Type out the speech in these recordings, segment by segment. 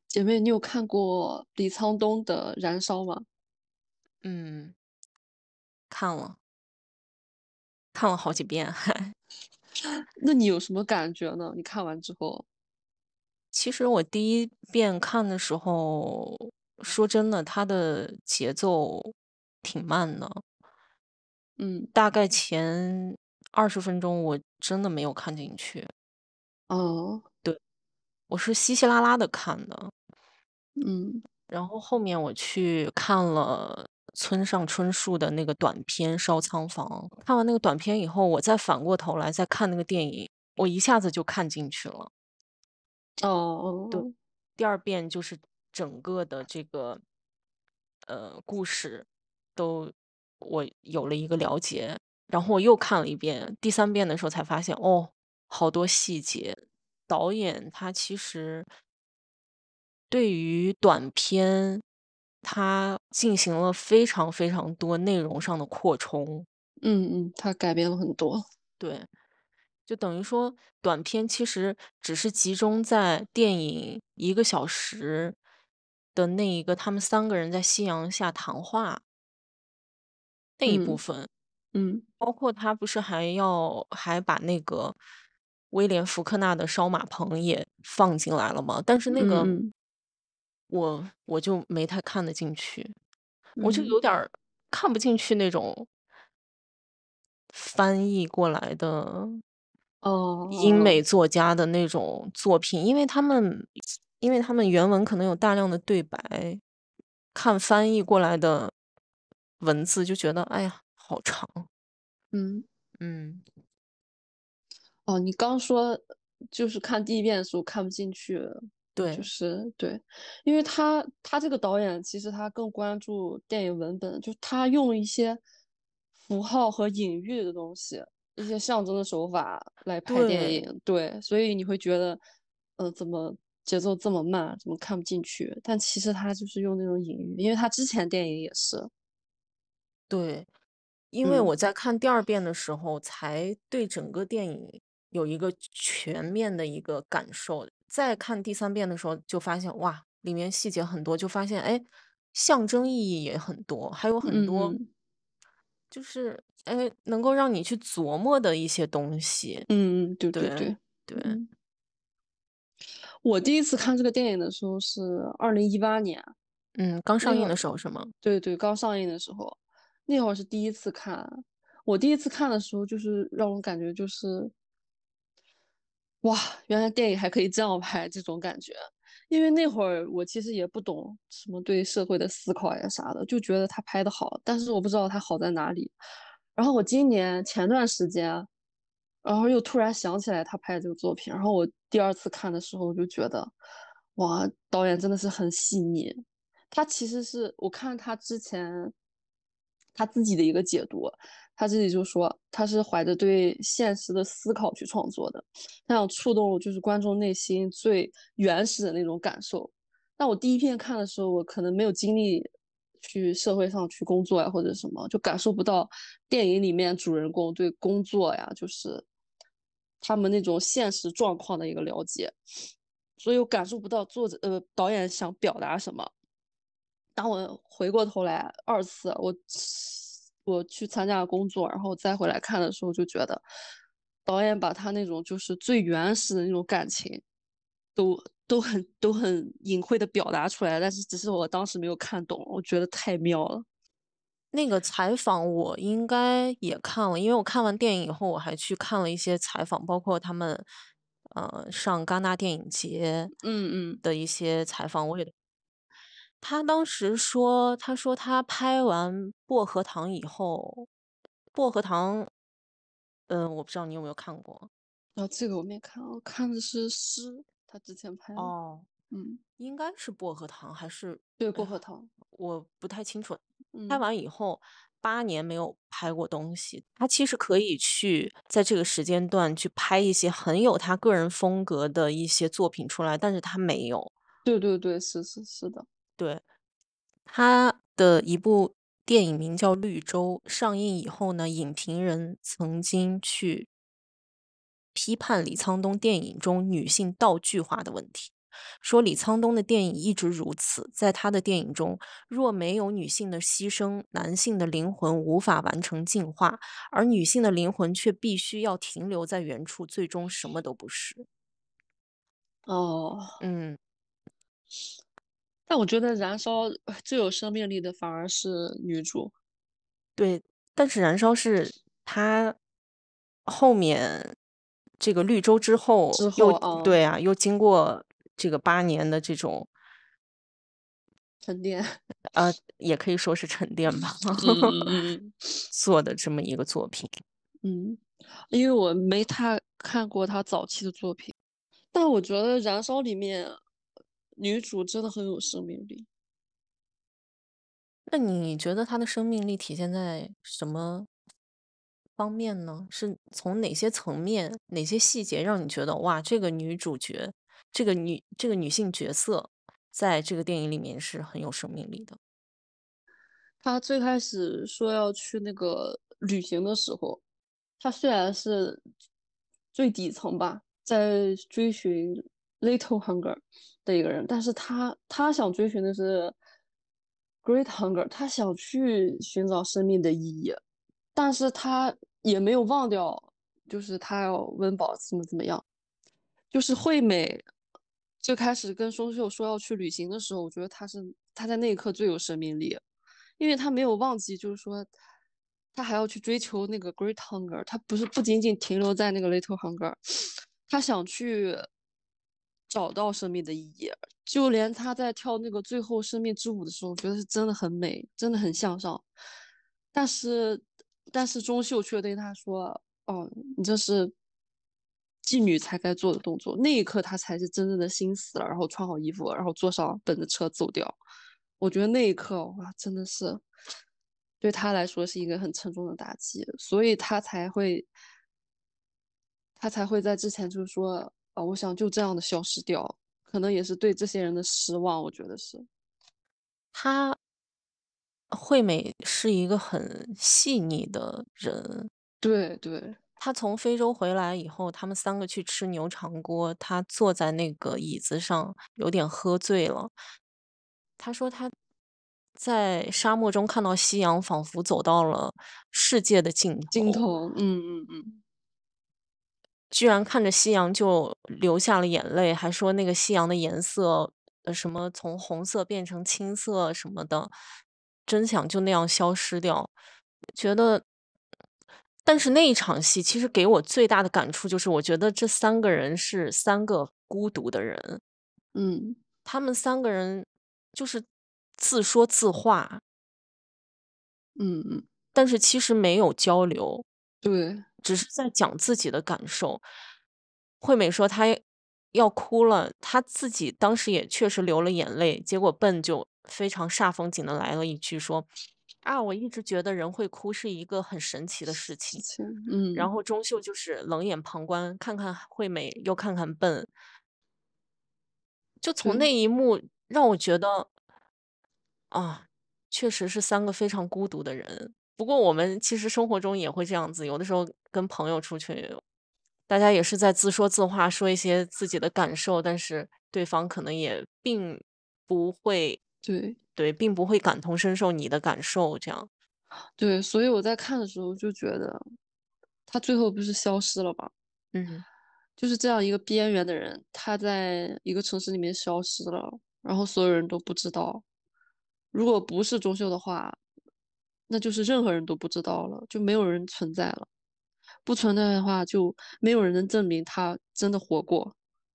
姐妹，你有看过李沧东的《燃烧》吗？ 嗯，看了，看了好几遍还。 那你有什么感觉呢？你看完之后， 其实我第一遍看的时候，说真的，它的节奏挺慢的， 嗯， 大概前20分钟我真的没有看进去。 哦， 对，我是稀稀拉拉的看的， 嗯， 然后后面我去看了村上春树的那个短片《烧仓房》，看完那个短片以后，我再反过头来再看那个电影，我一下子就看进去了。 哦哦， 第二遍就是整个的这个，故事都我有了一个了解，然后我又看了一遍，第三遍的时候才发现，哦，好多细节。导演他其实对于短片，他进行了非常非常多内容上的扩充。 嗯嗯，他改编了很多。 对，就等于说短片其实只是集中在电影1个小时的那一个他们3个人在夕阳下谈话那一部嗯分。 嗯包括他不是还把那个威廉福克纳的烧马棚也放进来了吗？但是那个嗯我就没太看得进去，我就嗯有点儿看不进去那种翻译过来的哦英哦， 美作家的那种作品，因为他们原文可能有大量的对白，看翻译过来的文字就觉得，哎呀，好长。 嗯。 嗯， 哦，你刚说就是看第一遍的时候看不进去，就对是对，因为他这个导演其实他更关注电影文本，就他用一些符号和隐喻的东西，一些象征的手法来拍电对影，对，所以你会觉得，怎么节奏这么慢，怎么看不进去？但其实他就是用那种隐喻，因为他之前电影也是， 对。因为嗯我在看第二遍的时候，才对整个电影有一个全面的一个感受。再看第三遍的时候就发现，哇，里面细节很多，就发现，哎，象征意义也很多，还有很多嗯就是，哎，能够让你去琢磨的一些东西。 嗯嗯，对对对， 对， 对， 嗯。我第一次看这个电影的时候是2018年， 嗯，刚上映的那会儿， 时候是吗？ 对对，刚上映的时候，那会儿是第一次看。我第一次看的时候，就是让我感觉就是，哇，原来电影还可以这样拍，这种感觉。因为那会儿我其实也不懂什么对社会的思考呀啥的，就觉得他拍的好，但是我不知道他好在哪里。然后我今年前段时间，然后又突然想起来他拍的这个作品，然后我第二次看的时候，我就觉得，哇，导演真的是很细腻。他其实是我看他之前他自己的一个解读，他自己就说他是怀着对现实的思考去创作的，他想触动就是观众内心最原始的那种感受。但我第一遍看的时候，我可能没有精力去社会上去工作呀，或者什么，就感受不到电影里面主人公对工作呀，就是他们那种现实状况的一个了解，所以我感受不到导演想表达什么。当我回过头来二次我去参加了工作，然后再回来看的时候，就觉得导演把他那种就是最原始的那种感情，都很隐晦的表达出来，但是只是我当时没有看懂，我觉得太妙了。 那个采访我应该也看了，因为我看完电影以后，我还去看了一些采访，包括他们，上戛纳电影节嗯嗯， 的一些采访，他当时说，他说他拍完《薄荷糖》以后，《薄荷糖》，我不知道你有没有看过？ 然后这个我没看，我看的是诗，他之前拍的， 哦， 嗯， 应该是薄荷糖还是对， 哎呀， 薄荷糖， 我不太清楚。拍嗯， 完以后8年没有拍过东西，他其实可以去在这个时间段去拍一些很有他个人风格的一些作品出来，但是他没有。 对对对，是的， 对，他的一部电影名叫《绿洲》，上映以后呢，影评人曾经去批判李沧东电影中女性道具化的问题。 说李沧东的电影一直如此，在他的电影中，若没有女性的牺牲，男性的灵魂无法完成进化，而女性的灵魂却必须要停留在原处，最终什么都不是。 哦， 嗯， 但我觉得燃烧最有生命力的反而是女主。 对，但是《燃烧》是他后面这个绿洲之后之又后啊， 对啊，又经过这个8年的这种沉淀。 也可以说是沉淀吧， 嗯嗯嗯做的这么一个作品。 嗯，因为我没太看过她早期的作品，但我觉得《燃烧》里面女主真的很有生命力。 那你觉得他的生命力体现在什么方面呢？是从哪些层面、哪些细节让你觉得哇，这个女主角，这个女性角色，在这个电影里面是很有生命力的？ 她最开始说要去那个旅行的时候，她虽然是最底层吧，在追寻 little hunger 的一个人，但是她想追寻的是 great hunger，她想去寻找生命的意义，但是她也没有忘掉，就是她要温饱怎么样。就是惠美最开始跟松秀说要去旅行的时候，我觉得她在那一刻最有生命力，因为她没有忘记，就是说她还要去追求那个 great hunger，她不仅仅停留在那个 little hunger，她想去找到生命的意义。就连她在跳那个最后生命之舞的时候，我觉得是真的很美，真的很向上。但是钟秀却对她说：“哦，你这是妓女才该做的动作。”那一刻，她才是真正的心死了，然后穿好衣服，然后坐上奔着车走掉。我觉得那一刻，哇，真的是对她来说是一个很沉重的打击，所以她才会在之前就是说，我想就这样的消失掉，可能也是对这些人的失望，我觉得是。 她惠美是一个很细腻的人。 对对， 她从非洲回来以后，他们3个去吃牛肠锅，她坐在那个椅子上，有点喝醉了。她说她在沙漠中看到夕阳，仿佛走到了世界的尽头， 镜头，嗯， 居然看着夕阳就流下了眼泪，还说那个夕阳的颜色，什么从红色变成青色什么的，真想就那样消失掉。觉得但是那一场戏其实给我最大的感触就是，我觉得这3个人是3个孤独的人， 嗯他们3个人就是自说自话， 嗯， 但是其实没有交流， 对只是在讲自己的感受。惠美说她要哭了，她自己当时也确实流了眼泪，结果笨就非常煞风景的来了一句说：“啊，我一直觉得人会哭是一个很神奇的事情。” 之前，嗯然后钟秀就是冷眼旁观，看看惠美，又看看笨，就从对那一幕让我觉得，啊，确实是3个非常孤独的人。不过我们其实生活中也会这样子，有的时候跟朋友出去，大家也是在自说自话，说一些自己的感受，但是对方可能也并不会对。 对，并不会感同身受你的感受，这样。 对，所以我在看的时候就觉得，他最后不是消失了吗？ 嗯就是这样一个边缘的人，他在一个城市里面消失了，然后所有人都不知道。如果不是钟秀的话，那就是任何人都不知道了，就没有人存在了。不存在的话，就没有人能证明他真的活过。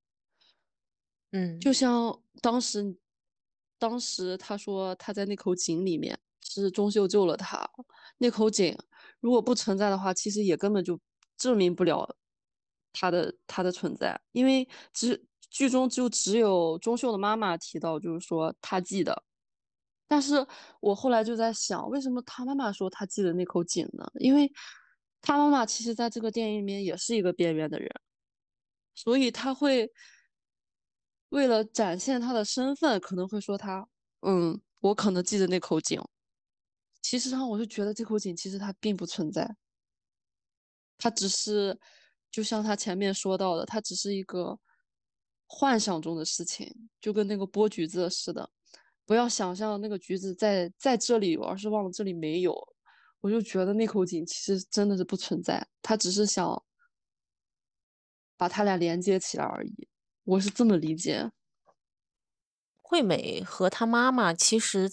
嗯就像当时他说他在那口井里面是钟秀救了他，那口井如果不存在的话，其实也根本就证明不了他的存在，因为剧中就只有钟秀的妈妈提到，就是说他记得。但是我后来就在想，为什么他妈妈说他记得那口井呢？因为他妈妈其实在这个电影里面也是一个边缘的人，所以他会为了展现他的身份，可能会说他，我可能记得那口井。其实上，我就觉得这口井其实它并不存在，它只是，就像他前面说到的，它只是一个幻想中的事情，就跟那个剥橘子的似的，不要想象那个橘子在这里有，而是忘了这里没有。我就觉得那口井其实真的是不存在，他只是想把他俩连接起来而已。我是这么理解。 惠美和她妈妈其实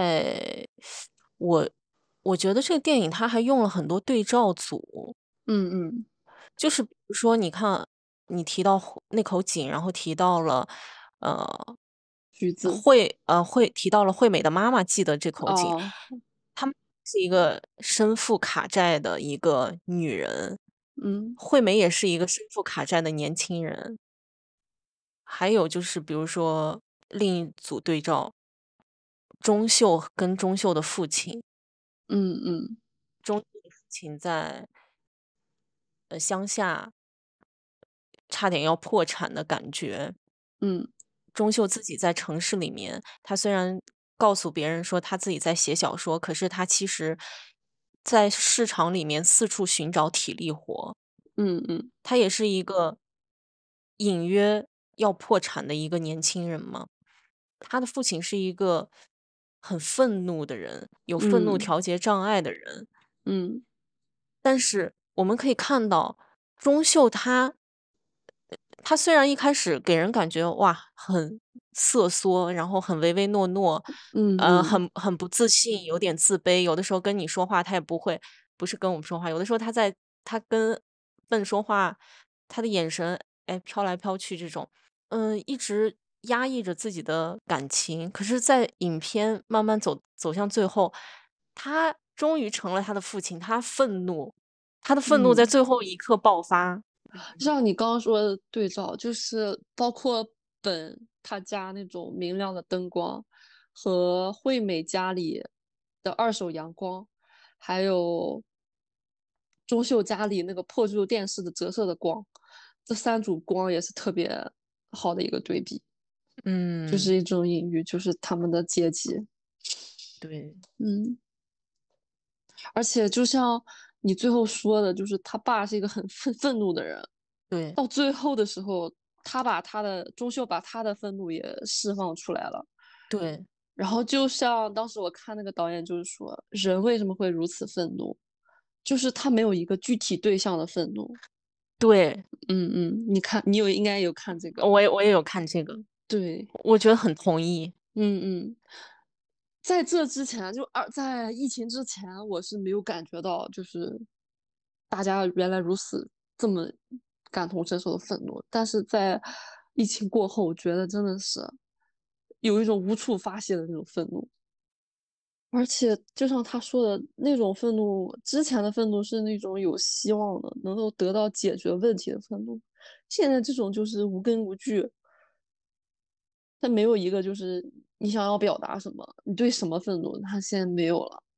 我我觉得这个电影它还用了很多对照组， 嗯嗯， 就是比如说你看，你提到那口井，然后提到了，呃， 橘子会提到了惠美的妈妈记得这口井， 啊， 她是一个身负卡债的一个女人， 嗯惠美也是一个身负卡债的年轻人。还有就是比如说另一组对照，钟秀跟钟秀的父亲， 嗯嗯钟秀的父亲在乡下差点要破产的感觉。 嗯钟秀自己在城市里面，他虽然告诉别人说他自己在写小说，可是他其实在市场里面四处寻找体力活。 嗯嗯他也是一个隐约要破产的一个年轻人嘛。他的父亲是一个很愤怒的人，有愤怒嗯调节障碍的人。 嗯但是我们可以看到，钟秀他虽然一开始给人感觉哇很瑟缩，然后很唯唯诺诺， 嗯嗯很不自信，有点自卑。有的时候跟你说话，他也不是跟我们说话，有的时候他跟笨说话，他的眼神哎飘来飘去这种，一直压抑着自己的感情。可是，在影片慢慢走向最后，他终于成了他的父亲，他愤怒，他的愤怒在嗯。 最后一刻爆发。 像你刚刚说的对照，就是包括本他家那种明亮的灯光，和惠美家里的二手阳光，还有钟秀家里那个破旧电视的折射的光，这三组光也是特别好的一个对比，就嗯， 是一种隐喻，就是他们的阶级。 对嗯，而且就像你最后说的，就是他爸是一个很愤怒的人， 对到最后的时候，钟秀把他的愤怒也释放出来了。 对然后就像当时我看那个导演就是说，人为什么会如此愤怒，就是他没有一个具体对象的愤怒。 对， 嗯嗯，你看，应该有看这个， 我也有看这个， 对， 我觉得很同意。 嗯嗯，在这之前，在疫情之前，我是没有感觉到，就是大家原来如此这么感同身受的愤怒，但是在疫情过后，我觉得真的是有一种无处发泄的那种愤怒，而且就像他说的那种愤怒，之前的愤怒是那种有希望的，能够得到解决问题的愤怒，现在这种就是无根无据，他没有一个就是你想要表达什么，你对什么愤怒，他现在没有了。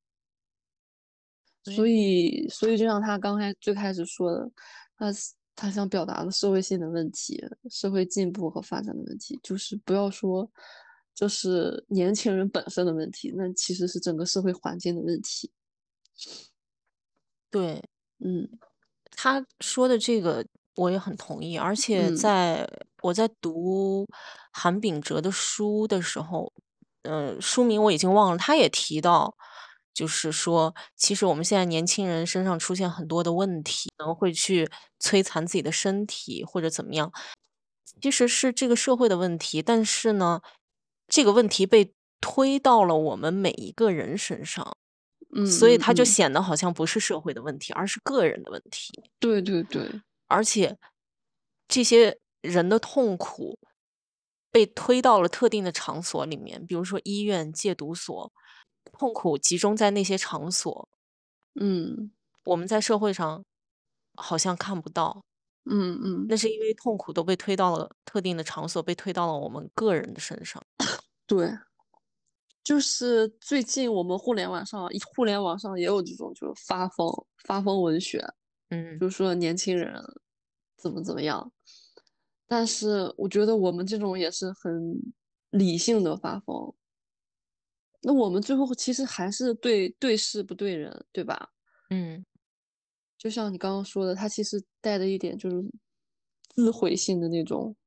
所对以，所以就像他最开始说的，他他想表达的社会性的问题、社会进步和发展的问题，就是不要说这是年轻人本身的问题，那其实是整个社会环境的问题。 对， 嗯他说的这个我也很同意，而且嗯我在读韩炳哲的书的时候，书名我已经忘了，他也提到，就是说，其实我们现在年轻人身上出现很多的问题，可能会去摧残自己的身体或者怎么样，其实是这个社会的问题，但是呢，这个问题被推到了我们每一个人身上。所以它就嗯嗯嗯， 显得好像不是社会的问题，而是个人的问题。 对对对， 而且这些人的痛苦被推到了特定的场所里面，比如说医院、戒毒所，痛苦集中在那些场所， 嗯我们在社会上好像看不到。 嗯嗯， 那是因为痛苦都被推到了特定的场所，被推到了我们个人的身上。 对，就是最近我们互联网上也有这种就是发疯文学， 嗯， 就说年轻人怎么样，但是我觉得我们这种也是很理性的发疯，那我们最后其实还是对事不对人，对吧？ 嗯， 就像你刚刚说的，他其实带着一点就是自毁性的那种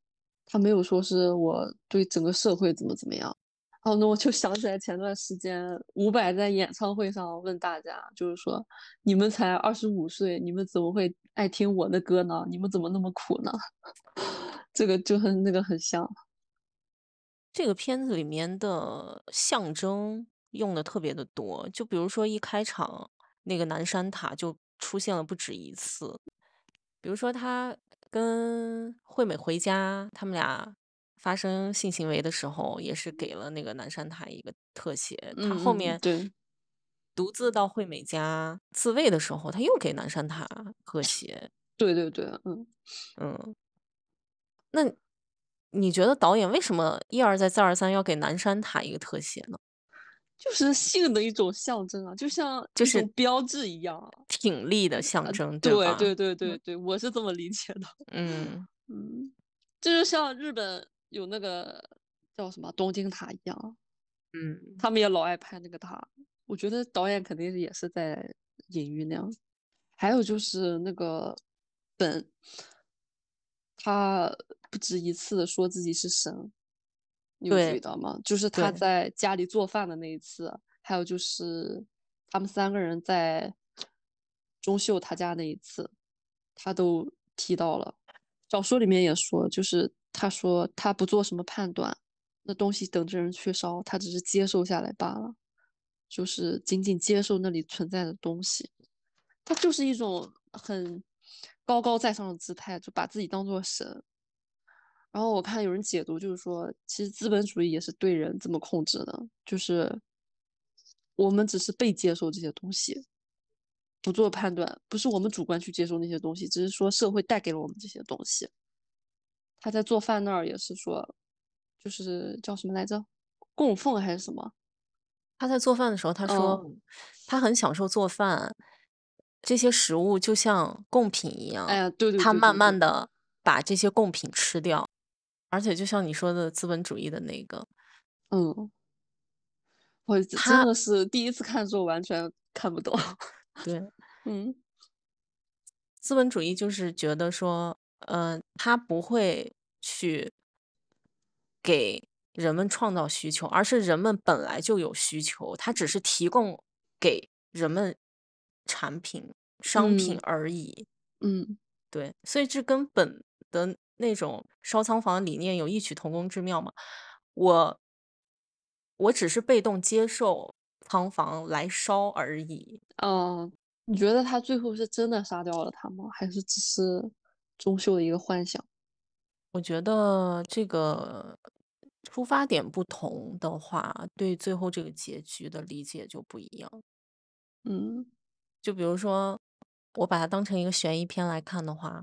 他没有说是我对整个社会怎么样。哦，那我就想起来前段时间伍佰在演唱会上问大家，就是说你们才25岁，你们怎么会爱听我的歌呢？你们怎么那么苦呢？这个就和那个很像。 这个片子里面的象征用的特别的多，就比如说一开场，那个南山塔就出现了不止一次。比如说他跟惠美回家，他们俩发生性行为的时候，也是给了那个南山塔一个特写。他后嗯嗯， 面对独自到惠美家自慰的时候，他又给南山塔特写。 对对对， 嗯，那你觉得导演为什么一而再再而三要给南山塔一个特写呢？ 就是性的一种象征啊，就像一种就是标志一样啊。 挺立的象征，对吧？ 对对对对对，我是这么理解的。 嗯嗯，这就像日本有那个叫什么东京塔一样， 嗯， 他们也老爱拍那个塔。我觉得导演肯定是也是在隐喻那样。还有就是那个本，他不止一次的说自己是神，你有注意对到吗？就是他对， 在家里做饭的那一次，还有就是他们3个人在钟秀他家那一次，他都提到了。小说里面也说，就是他说他不做什么判断，那东西等着人去烧，他只是接受下来罢了，就是仅仅接受那里存在的东西。他就是一种很高高在上的姿态，就把自己当做神。然后我看有人解读，就是说，其实资本主义也是对人这么控制的，就是我们只是被接受这些东西，不做判断，不是我们主观去接受那些东西，只是说社会带给了我们这些东西。他在做饭那儿也是说，就是叫什么来着，供奉还是什么？ 他在做饭的时候，他说嗯， 他很享受做饭，这些食物就像贡品一样， 哎呀，对对他慢对对对， 慢的把这些贡品吃掉，而且就像你说的资本主义的那个， 嗯，我真他的是第一次看的时候完全看不懂。 对嗯资本主义就是觉得说，他不会去给人们创造需求，而是人们本来就有需求，他只是提供给人们产品、商品嗯而已。 嗯， 对，所以这跟本的那种烧仓房理念有异曲同工之妙嘛。我我只是被动接受仓房来烧而已。 啊，你觉得他最后是真的杀掉了他吗？还是只是钟秀的一个幻想？ 我觉得这个出发点不同的话，对最后这个结局的理解就不一样。 嗯就比如说，我把它当成一个悬疑片来看的话，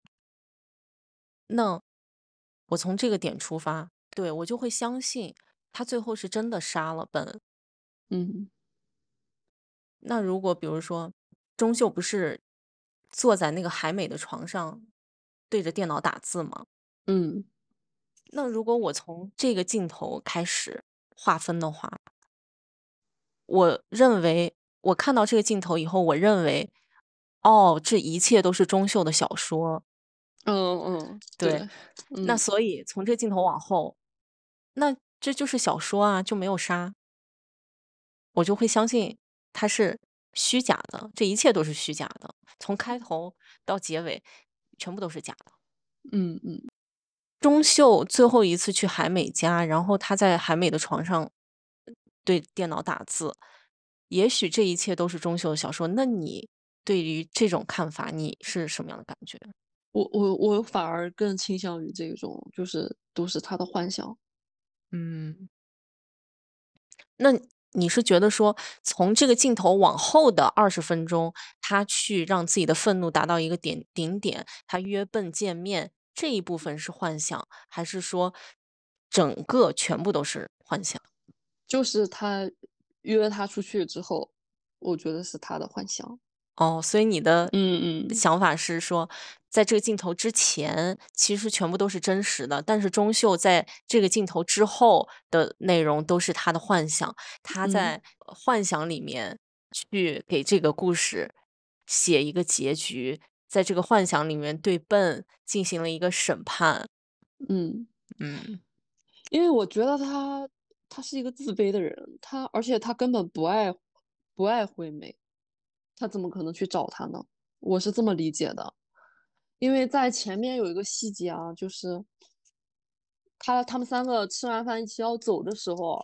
那我从这个点出发，对，我就会相信他最后是真的杀了本。 嗯那如果比如说，钟秀不是坐在那个海美的床上，对着电脑打字吗？ 嗯那如果我从这个镜头开始划分的话，我认为我看到这个镜头以后，我认为，哦，这一切都是钟秀的小说。 嗯嗯， 对， 对，嗯那所以从这个镜头往后，那这就是小说啊，就没有杀，我就会相信它是虚假的，这一切都是虚假的，从开头到结尾，全部都是假的。 嗯嗯， 钟秀最后一次去海美家，然后他在海美的床上对电脑打字，也许这一切都是钟秀的小说。那你对于这种看法，你是什么样的感觉？ 我反而更倾向于这种，就是都是他的幻想。 嗯。那你是觉得说，从这个镜头往后的20分钟，他去让自己的愤怒达到一个顶点，他约笨见面，这一部分是幻想，还是说整个全部都是幻想？ 就是他约他出去之后，我觉得是他的幻想。 哦，所以你的嗯嗯想法是说，在这个镜头之前，其实全部都是真实的，但是钟秀在这个镜头之后的内容都是他的幻想，他嗯在幻想里面去给这个故事写一个结局，在这个幻想里面对笨进行了一个审判。 嗯。 嗯因为我觉得他是一个自卑的人，而且他根本不爱惠美，他怎么可能去找他呢？我是这么理解的，因为在前面有一个细节啊，就是他们三个吃完饭一起要走的时候，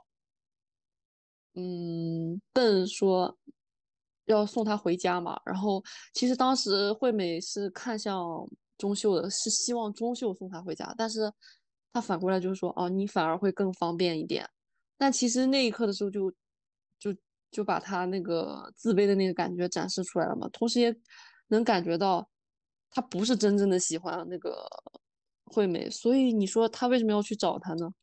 笨说要送他回家嘛，然后其实当时惠美是看向钟秀的，是希望钟秀送他回家，但是他反过来就是说，哦，你反而会更方便一点。但其实那一刻的时候就就把他那个自卑的那个感觉展示出来了嘛，同时也能感觉到他不是真正的喜欢那个惠美，所以你说他为什么要去找他呢？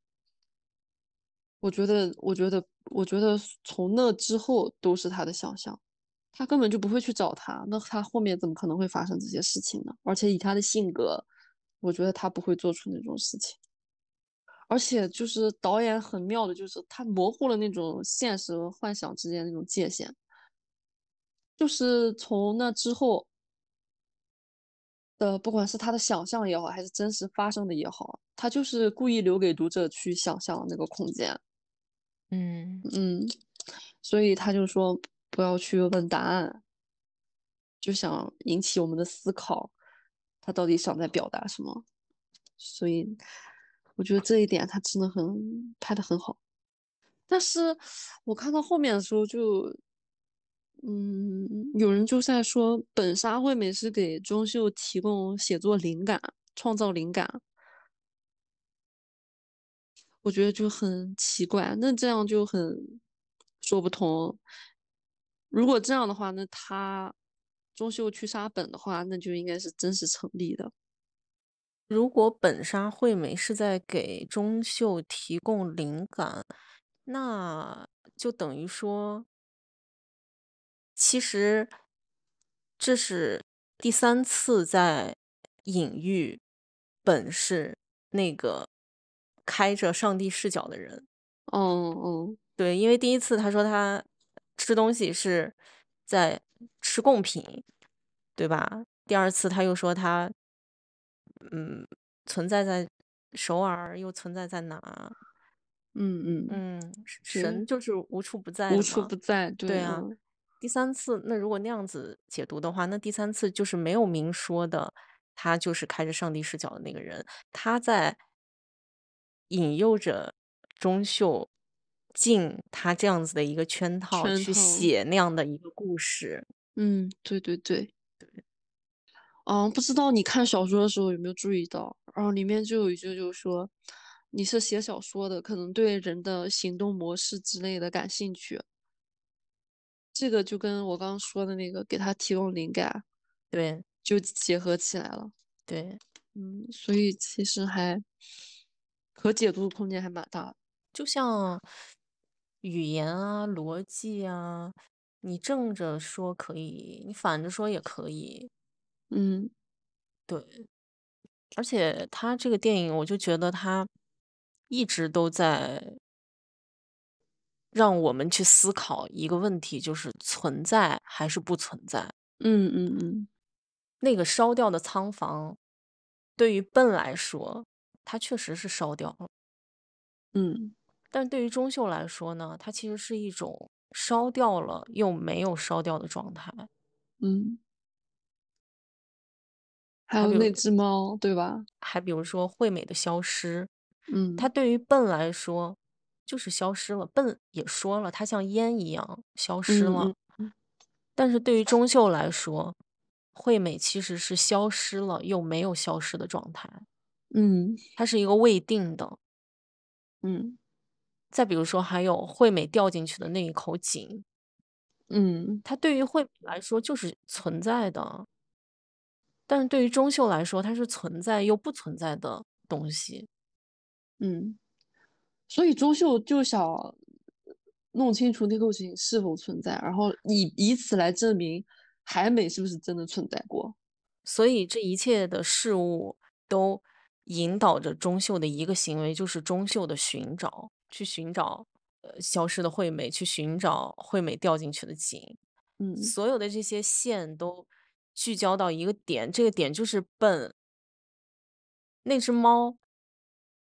我觉得从那之后都是他的想象，他根本就不会去找他，那他后面怎么可能会发生这些事情呢？而且以他的性格，我觉得他不会做出那种事情。而且就是导演很妙的，就是他模糊了那种现实和幻想之间那种界限，就是从那之后的，不管是他的想象也好，还是真实发生的也好，他就是故意留给读者去想象那个空间。 嗯。 嗯，所以他就说不要去问答案，就想引起我们的思考，他到底想在表达什么。所以我觉得这一点他真的拍的很好。但是我看到后面的时候就，有人就在说本沙惠美是给钟秀提供写作灵感、创造灵感，我觉得就很奇怪，那这样就很说不通。如果这样的话，那钟秀去杀本的话，那就应该是真实成立的。 如果本沙惠美是在给钟秀提供灵感，那就等于说，其实这是第三次在隐喻本是那个开着上帝视角的人。 嗯嗯对，因为第一次他说他吃东西是在吃贡品，对吧？第二次他又说他嗯存在在首尔，又存在在哪？ 嗯嗯， 嗯，神对， 就是无处不在无处的嘛。 不在，对， 对啊，第三次，那如果那样子解读的话，那第三次就是没有明说的，他就是开着上帝视角的那个人，他在引诱着钟秀进他这样子的一个圈套，去圈套， 写那样的一个故事。 对对对。不知道你看小说的时候有没有注意到，然后里面就有一句就是说，你是写小说的，可能对人的行动模式之类的感兴趣，这个就跟我刚刚说的那个给他提供灵感对就结合起来了。 对， 所以其实可解读的空间还蛮大的。 就像语言啊、逻辑啊，你正着说可以，你反着说也可以。 嗯对，而且他这个电影，我就觉得他一直都在让我们去思考一个问题，就是存在还是不存在。 嗯嗯嗯那个烧掉的仓房，对于笨来说，它确实是烧掉了， 嗯但对于钟秀来说呢，它其实是一种烧掉了又没有烧掉的状态。 嗯，还还比如， 有那只猫，对吧？ 还比如说惠美的消失，它嗯对于笨来说就是消失了。笨也说了，它像烟一样消失了。 嗯嗯但是对于钟秀来说，惠美其实是消失了又没有消失的状态， 嗯它是一个未定的。 嗯再比如说，还有惠美掉进去的那一口井， 嗯它对于惠美来说就是存在的，但是对于钟秀来说，它是存在又不存在的东西。 嗯。所以钟秀就想弄清楚那口井是否存在，然后以此来证明海美是不是真的存在过。 所以这一切的事物都引导着钟秀的一个行为，就是钟秀的寻找，去寻找消失的惠美，去寻找惠美掉进去的井。 嗯所有的这些线都聚焦到一个点，这个点就是笨那只猫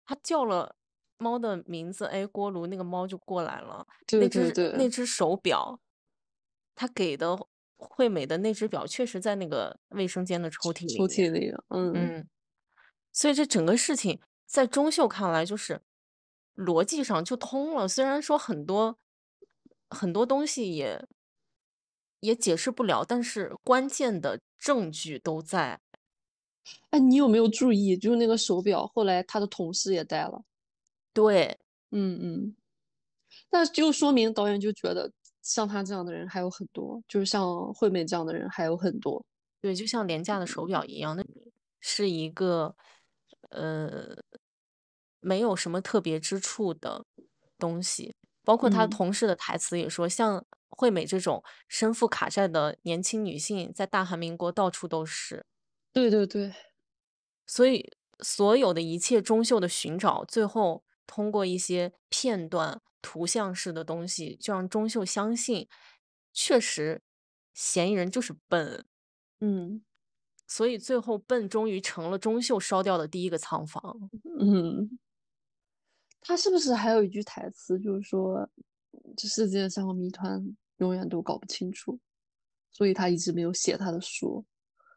他叫了猫的名字，哎，锅炉那个猫就过来了。 对对对， 那只手表，他给的惠美的那只表确实在那个卫生间的抽屉里面。 抽屉里，嗯。 嗯，所以这整个事情在钟秀看来就是逻辑上就通了，虽然说很多东西也解释不了，但是关键的证据都在。 哎，你有没有注意，就是那个手表，后来他的同事也戴了。 对， 嗯嗯，那就说明导演就觉得像他这样的人还有很多，就是像惠美这样的人还有很多。 对，就像廉价的手表一样，那是一个，呃，没有什么特别之处的东西。包括他嗯， 同事的台词也说，像惠美这种身负卡债的年轻女性，在大韩民国到处都是。 对对对， 所以所有的一切钟秀的寻找，最后通过一些片段、图像式的东西，就让钟秀相信，确实嫌疑人就是笨。 嗯所以最后笨终于成了钟秀烧掉的第一个仓房。 嗯，他是不是还有一句台词，就是说这世界上的谜团永远都搞不清楚，所以他一直没有写他的书。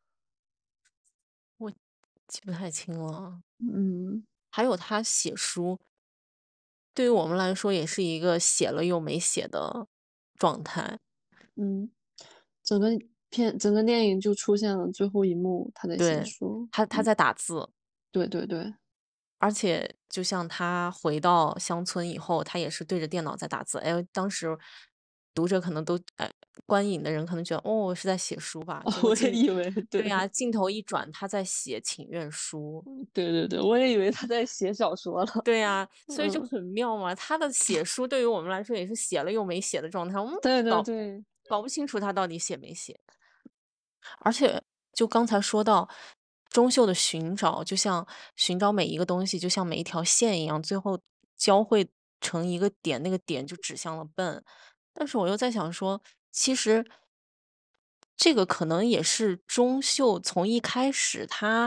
我记不太清了。 嗯还有他写书，对于我们来说也是一个写了又没写的状态。 嗯，整个整个电影就出现了最后一幕，他在写对， 书。 他在打字。 对对对， 而且就像他回到乡村以后，他也是对着电脑在打字。哎，当时读者可能都观影的人可能觉得，哦，是在写书吧？ 哦， 结果我也以为对。 对呀，镜头一转，他在写请愿书。 对对对，我也以为他在写小说了。 对呀，所以就嗯， 很妙嘛。他的写书对于我们来说也是写了又没写的状态，我们对对搞对， 搞不清楚他到底写没写。而且就刚才说到钟秀的寻找，就像寻找每一个东西，就像每一条线一样，最后交汇成一个点，那个点就指向了笨。但是我又在想说，其实这个可能也是钟秀从一开始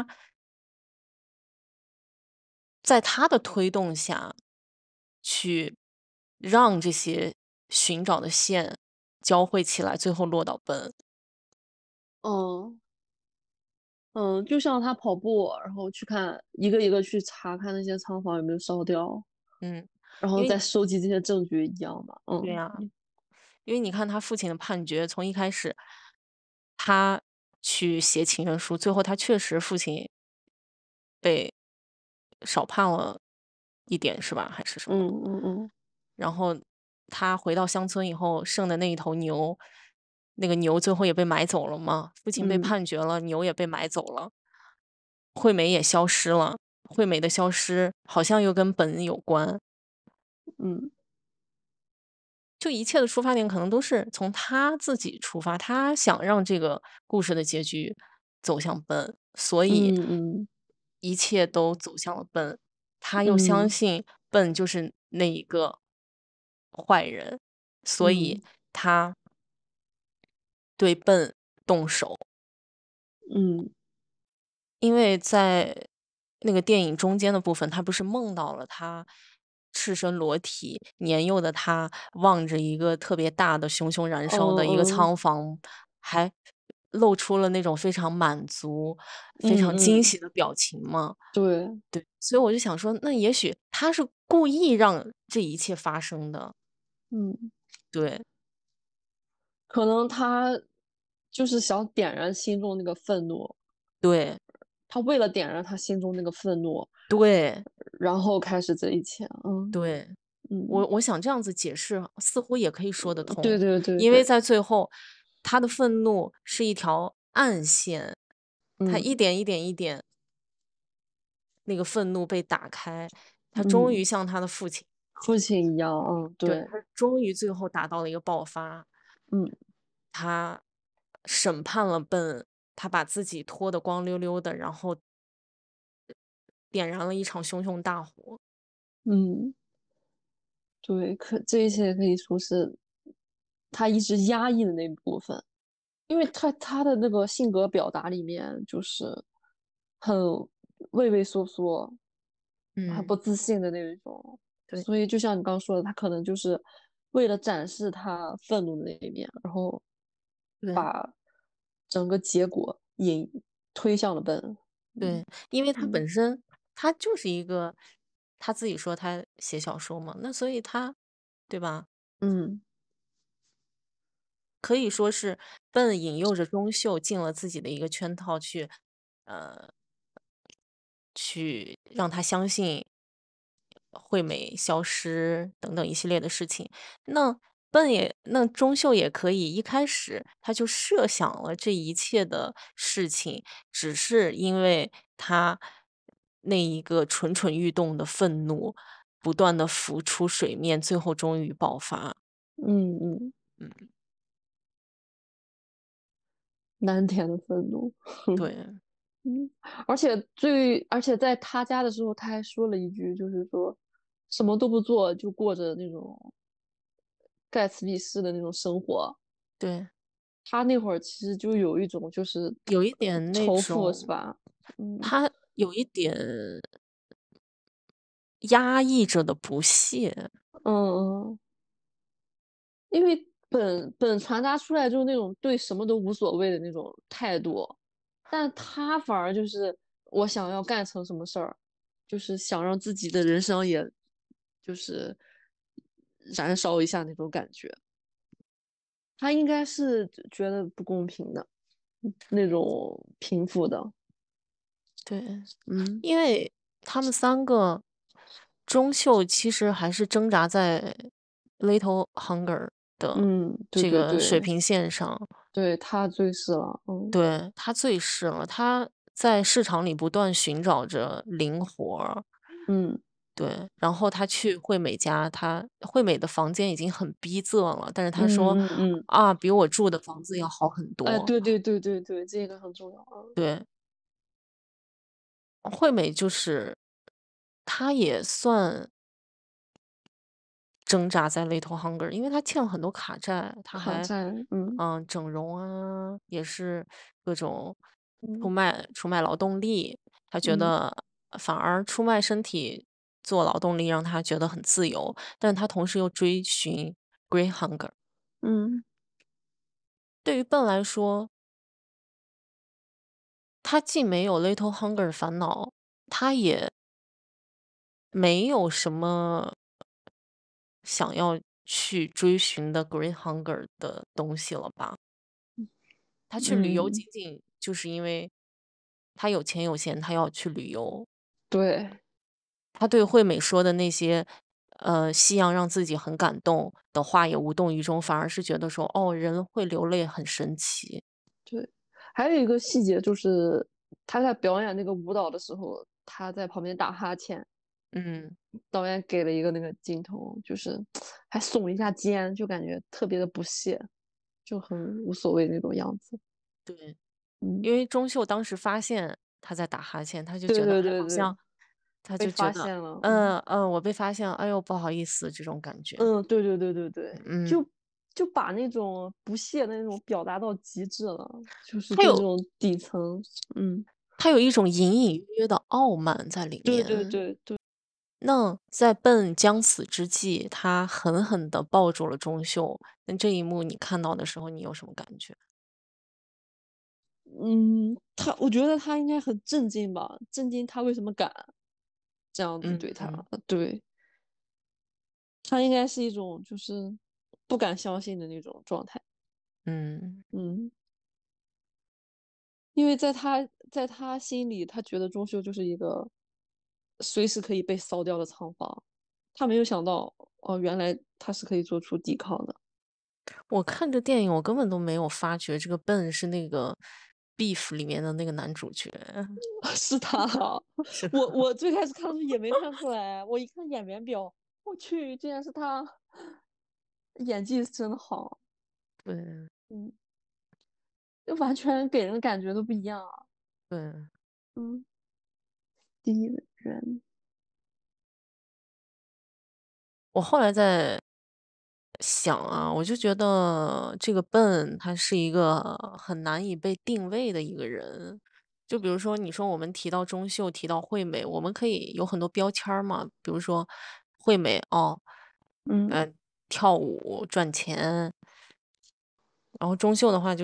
在他的推动下，去让这些寻找的线交汇起来，最后落到笨。 嗯嗯，就像他跑步，然后去看一个一个去查看那些仓房有没有烧掉， 嗯， 然后因为再收集这些证据一样嘛。嗯对呀，因为你看他父亲的判决，从一开始他去写请愿书，最后他确实父亲被少判了一点是吧？还是什么？ 嗯嗯嗯然后他回到乡村以后，剩的那一头牛，那个牛最后也被买走了嘛。父亲被嗯判决了，牛也被买走了，惠美也消失了。惠美的消失好像又跟本有关， 嗯就一切的出发点可能都是从他自己出发，他想让这个故事的结局走向笨，所以嗯嗯一切都走向了笨。他又相嗯信笨就是那一个坏人，所以嗯他对笨动手。 嗯因为在那个电影中间的部分，他不是梦到了他赤身裸体，年幼的他望着一个特别大的、熊熊燃嗯烧的一个嗯仓房，还露出了那种非常满足、非嗯常惊嗯， 喜的表情嘛。 对， 对，所以我就想说，那也许他是故意让这一切发生的。 嗯， 对， 可能他就是想点燃心中那个愤怒， 对， 他为了点燃他心中那个愤怒， 对。 然后开始这一切。嗯对， 嗯， 我想这样子解释，似乎也可以说得通。 对对对对， 因为在最后，他的愤怒是一条暗线，他嗯一点一点一点，那个愤怒被打开，他终于嗯， 像他的父亲， 父亲一样。嗯， 对， 对， 他终于最后达到了一个爆发。 嗯他审判了笨，他把自己脱得光溜溜的，然后点燃了一场熊熊大火。 嗯，对，这一切可以说是他一直压抑的那部分，因为他的那个性格表达里面就是很畏畏缩缩， 很嗯， 不自信的那种。 对所以就像你刚刚说的，他可能就是为了展示他愤怒的那一面，然后对把整个结果推向了笨。嗯对，因为他嗯本身他就是一个他自己说他写小说嘛，那所以他对吧？ 嗯可以说是笨引诱着钟秀进了自己的一个圈套呃，去让他相信惠美消失等等一系列的事情。那那钟秀也可以一开始他就设想了这一切的事情，只是因为他那一个蠢蠢欲动的愤怒不断的浮出水面，最后终于爆发。 嗯嗯， 嗯， 难填的愤怒。 对， 嗯，而且在他家的时候，他还说了一句，就是说什么都不做，就过着那种盖茨比式的那种生活。 对， 他那会儿其实就有一种就是有一点那仇富是种吧？嗯他有一点压抑着的不屑。 嗯嗯，因为本传达出来就是那种对什么都无所谓的那种态度，但他反而就是我想要干成什么事儿，就是想让自己的人生也就是燃烧一下那种感觉。他应该是觉得不公平的那种贫富的。 对， 嗯因为他们三个，钟秀其实还是挣扎在 little hunger 的嗯，对这个水对对平线上。 对，他最是了。嗯对，他最是了，他在市场里不断寻找着零活儿。 嗯对，然后他去惠美家，惠美的房间已经很逼仄了，但是他说： 嗯嗯嗯， “啊，比我住的房子要好很哎， 多。” 对对对对对，这个很重要啊。 对，惠美就是她也算挣扎在 little hunger，因为她欠了很多卡债，她还， 卡债。嗯整容啊，也是各种嗯出卖劳动力。她觉嗯得反而出卖身体做劳动力让她觉得很自由，但她同时又追寻 great hunger。 嗯对于笨来说，他既没有 little hunger 的烦恼，他也没有什么想要去追寻的 great hunger 的东西了吧？他去旅游嗯， 仅仅就是因为他有钱有闲，他要去旅游。 对他对惠美说的那些，夕阳让自己很感动的话也无动于衷，反而是觉得说，哦，人会流泪很神奇。 对，还有一个细节就是他在表演那个舞蹈的时候，他在旁边打哈欠， 嗯， 导演给了一个那个镜头，就是还耸一下肩，就感觉特别的不屑，就很无所谓那种样子。 对。 嗯， 因为钟秀当时发现他在打哈欠，他就觉得，哎， 对对对好像对， 他被就觉得， 发现了。嗯我被发现了，哎呦，不好意思，这种感觉。 嗯，对对对对对， 嗯， 就把那种不屑的那种表达到极致了，就是他有对这种底层。嗯， 他有一种隐隐约约的傲慢在里对对面。 对对。 那在笨将死之际，他狠狠地抱住了钟秀，那这一幕你看到的时候，你有什么感觉？ 嗯，我觉得他应该很震惊吧，震惊他为什么敢这样子对他。 嗯嗯对，他应该是一种就是不敢相信的那种状态。 嗯， 嗯，因为在他心里，他觉得钟秀就是一个随时可以被烧掉的厂房，他没有想到哦，原来他是可以做出抵抗的。 我看这电影，我根本都没有发觉这个笨是那个《Beef》里面的那个男主角。 是他啊。 是的， 我最开始看的时候也没看出来，我一看演员表，我去，竟然是他，演技真的好。 对嗯，就完全给人的感觉都不一样啊。 对。 嗯，第一人。 我后来在想啊，我就觉得这个笨他是一个很难以被定位的一个人， 就比如说，你说我们提到钟秀，提到惠美，我们可以有很多标签儿嘛。比如说惠美，哦， 嗯呃，跳舞赚钱，然后钟秀的话就是，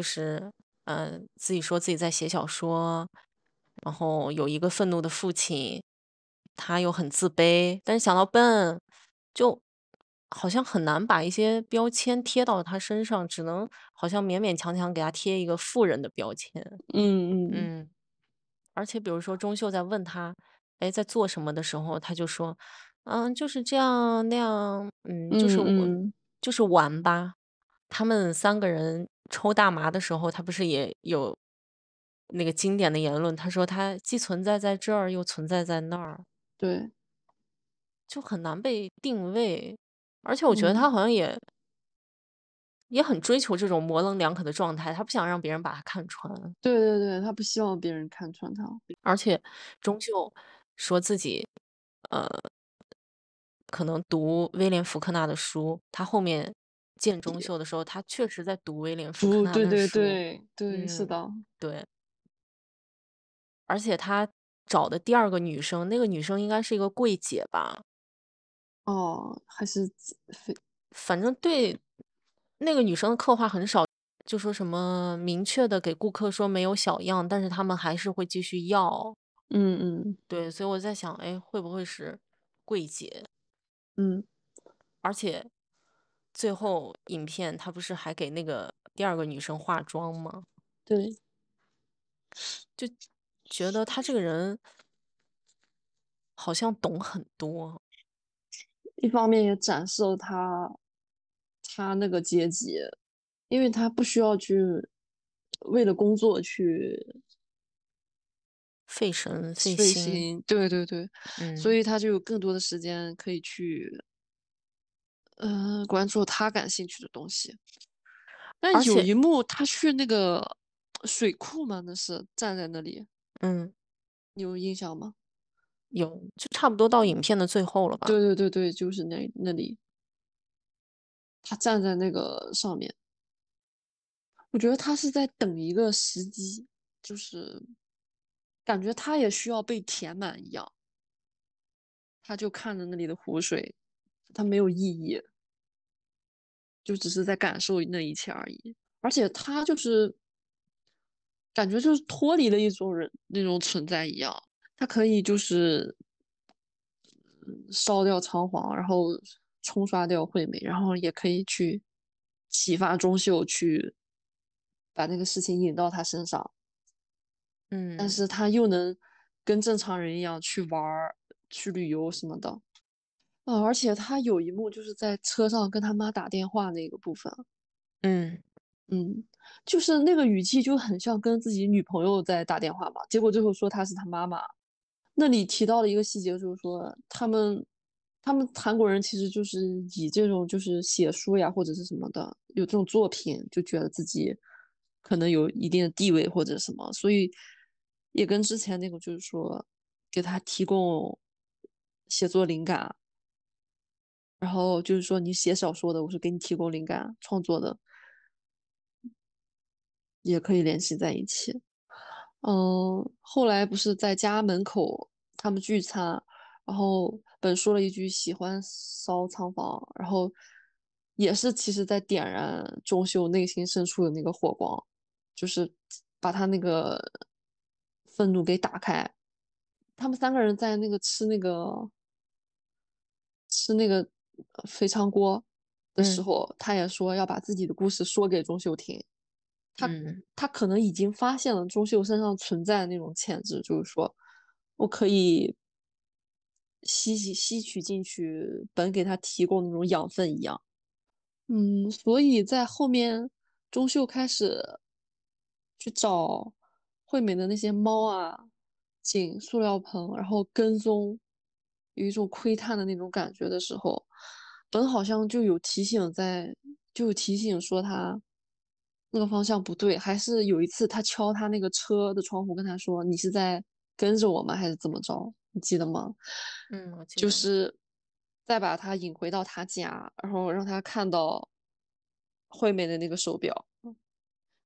自己说自己在写小说，然后有一个愤怒的父亲，他又很自卑，但是想到笨，就好像很难把一些标签贴到他身上，只能好像勉勉强强给他贴一个富人的标签。 嗯嗯嗯。而且比如说钟秀在问他，哎，在做什么的时候，他就说，就是这样那样，就是我嗯嗯， 就是玩吧。他们三个人抽大麻的时候，他不是也有那个经典的言论，他说他既存在在这儿，又存在在那儿， 对， 就很难被定位。而且我觉得嗯他好像也很追求这种模棱两可的状态，他不想让别人把他看穿。 对对对，他不希望别人看穿他。 而且钟秀说自己，呃，可能读威廉福克纳的书，他后面见钟秀的时候，他确实在读威廉福克纳对对的书。 对对，是嗯， 的。 对，而且他找的第二个女生，那个女生应该是一个柜姐吧， 哦，还是非反正对那个女生的刻画很少，就说什么明确的给顾客说没有小样，但是他们还是会继续要。 嗯嗯对，所以我在想，哎，会不会是柜姐？ 嗯， 而且最后影片他不是还给那个第二个女生化妆吗？ 对， 就觉得他这个人好像懂很多。 一方面也展示了他那个阶级，因为他不需要去为了工作去费神费心。 费心，对对对，所嗯， 以他就有更多的时间可以去关注他感兴趣的东西。但而且有一幕他去那个水库嘛，那是站在那里， 嗯， 你有印象吗？ 有就差不多到影片的最后了吧？ 对对对对，就是那里，他站在那个上面，我觉得他是在等一个时机，就是感觉他也需要被填满一样，他就看着那里的湖水，他没有意义，就只是在感受那一切而已。而且他就是感觉就是脱离了一种人那种存在一样，他可以就是烧掉仓皇，然后冲刷掉惠美，然后也可以去启发钟秀去把那个事情引到他身上，但嗯是他又能跟正常人一样去玩儿、去旅游什么的。而且他有一幕就是在车上跟他妈打电话那个部分， 嗯嗯，就是那个语气就很像跟自己女朋友在打电话嘛，结果最后说她是他妈妈。那里提到了一个细节，就是说他们韩国人其实就是以这种就是写书呀或者是什么的，有这种作品，就觉得自己可能有一定的地位或者什么，所以也跟之前那个就是说给他提供写作灵感，然后就是说你写小说的，我是给你提供灵感创作的，也可以联系在一起。后来不是在家门口他们聚餐，然后本说了一句喜欢烧仓房，然后也是其实在点燃钟秀内心深处的那个火光，就是把他那个愤怒给打开。他们三个人在那个吃那个肥肠锅的时嗯候，他也说要把自己的故事说给钟秀听。他嗯他可能已经发现了钟秀身上存在的那种潜质，就是说我可以吸取进去本给他提供的那种养分一样。所以在后面，钟秀开始去找惠美的那些猫啊、井、塑料盆，然后跟踪，有一种窥探的那种感觉的时候，本好像就有提醒说他那个方向不对，还是有一次他敲他那个车的窗户，跟他说：“你是在跟着我吗？还是怎么着？你记得吗？” 嗯，我记得。 就是再把他引回到他家，然后让他看到惠美的那个手表，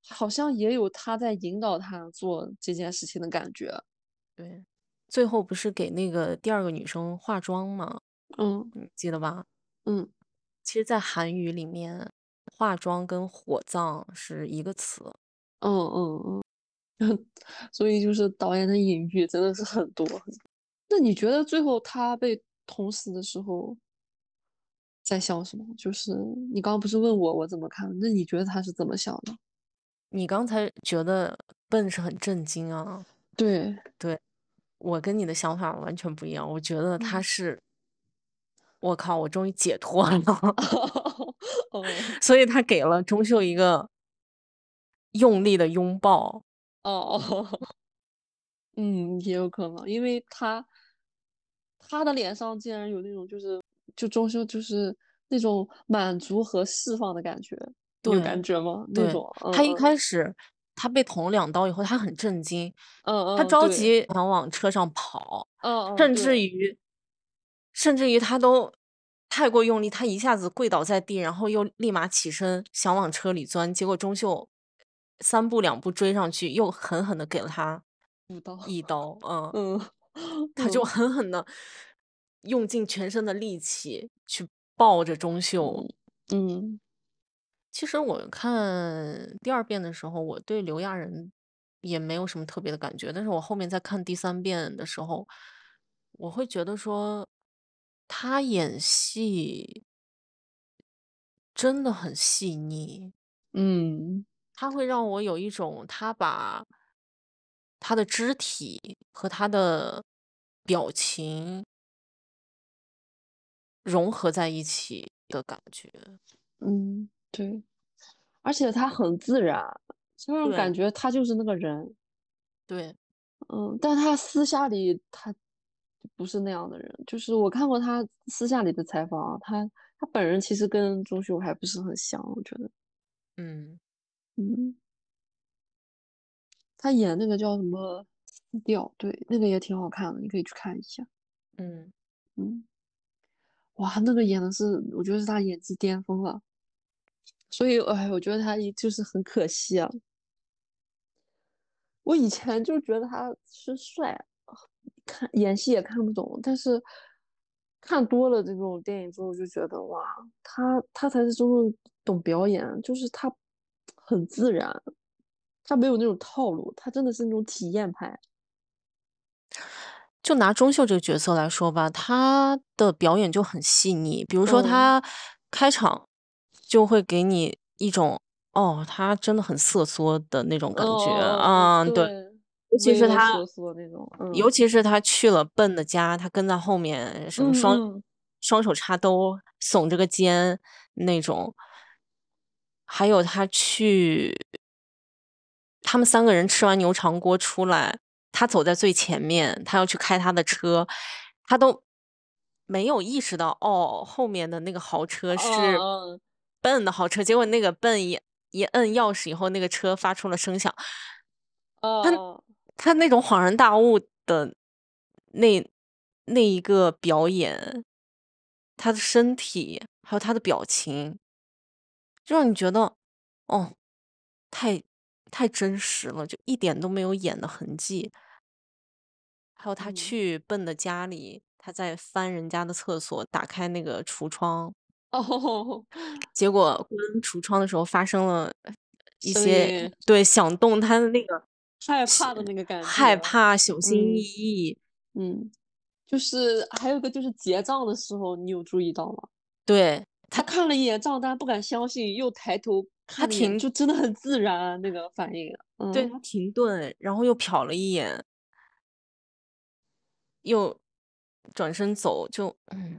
好像也有他在引导他做这件事情的感觉。 对，最后不是给那个第二个女生化妆吗？ 嗯你记得吧？ 嗯其实在韩语里面，化妆跟火葬是一个词。 嗯嗯嗯，所以就是导演的隐喻真的是很多很多。那你觉得最后他被捅死的时候在想什么？就是你刚刚不是问我怎么看，那你觉得他是怎么想的？ 你刚才觉得笨是很震惊啊， 对， 对，我跟你的想法完全不一样，我觉得他嗯， 是我靠，我终于解脱了， 哦所以他给了钟秀一个用力的拥抱。 哦哦，嗯，也有可能，因为他的脸上竟然有那种就终究就是那种满足和释放的感觉，你有感对， 觉吗？那对， 种， 他一嗯开始他被捅了2刀以后，他很震惊，他嗯，对， 着急想往车上跑，甚至对， 于甚至于他都太过用力，他一下子跪倒在地，然后又立马起身想往车里钻，结果钟秀三步两步追上去，又狠狠地给了他舞蹈， 一刀， 嗯他就嗯狠狠地用尽全身的力气去抱着钟秀。 嗯嗯其实我看第二遍的时候，我对刘亚仁也没有什么特别的感觉，但是我后面在看第三遍的时候，我会觉得说，他演戏真的很细腻， 嗯他会让我有一种他把他的肢体和他的表情融合在一起的感觉。 嗯，对，而且他很自然，就让人感对觉他就是那个人。 对， 嗯，但他私下里他不是那样的人，就是我看过他私下里的采访啊，他本人其实跟钟秀还不是很像，我觉得。 嗯嗯，他演那个叫什么《死调》，对，那个也挺好看的，你可以去看一下。 嗯。 嗯，哇，那个演的是，我觉得是他演技巅峰了，所以哎，我觉得他就是很可惜啊。我以前就觉得他是帅，看演戏也看不懂，但是看多了这种电影之后，就觉得哇，他才是真正懂表演，就是他很自然，他没有那种套路，他真的是那种体验派。 就拿钟秀这个角色来说吧，他的表演就很细腻。比如说嗯他开场就会给你一种，哦，他真的很瑟缩的那种感觉。对， 对， 尤其是他畏畏缩缩那种， 去了笨的家，他跟在后面，什么嗯双手插兜，耸着个肩那种。还有他们3个人吃完牛肠锅出来，他走在最前面，他要去开他的车，他都没有意识到，哦，后面的那个豪车是嗯笨的豪车，结果那个笨一摁钥匙以后，那个车发出了声响。他嗯他那种恍然大悟的那那一个表演，他的身体还有他的表情，就让你觉得，哦，太太真实了，就一点都没有演的痕迹。还有他嗯去笨的家里，他在翻人家的厕所，打开那个橱窗， 哦， 结果关橱窗的时候发生了一些声音对，响动，他的那个害小怕的那个感觉， 害怕、小心翼嗯翼。 嗯。就是还有一个就是结账的时候，你有注意到吗？ 对， 他看了一眼账单，不敢相信，又抬头看了一眼， 他停就真的很自然啊，那个反应。 对， 嗯， 他停顿，然后又瞟了一眼，又转身走，就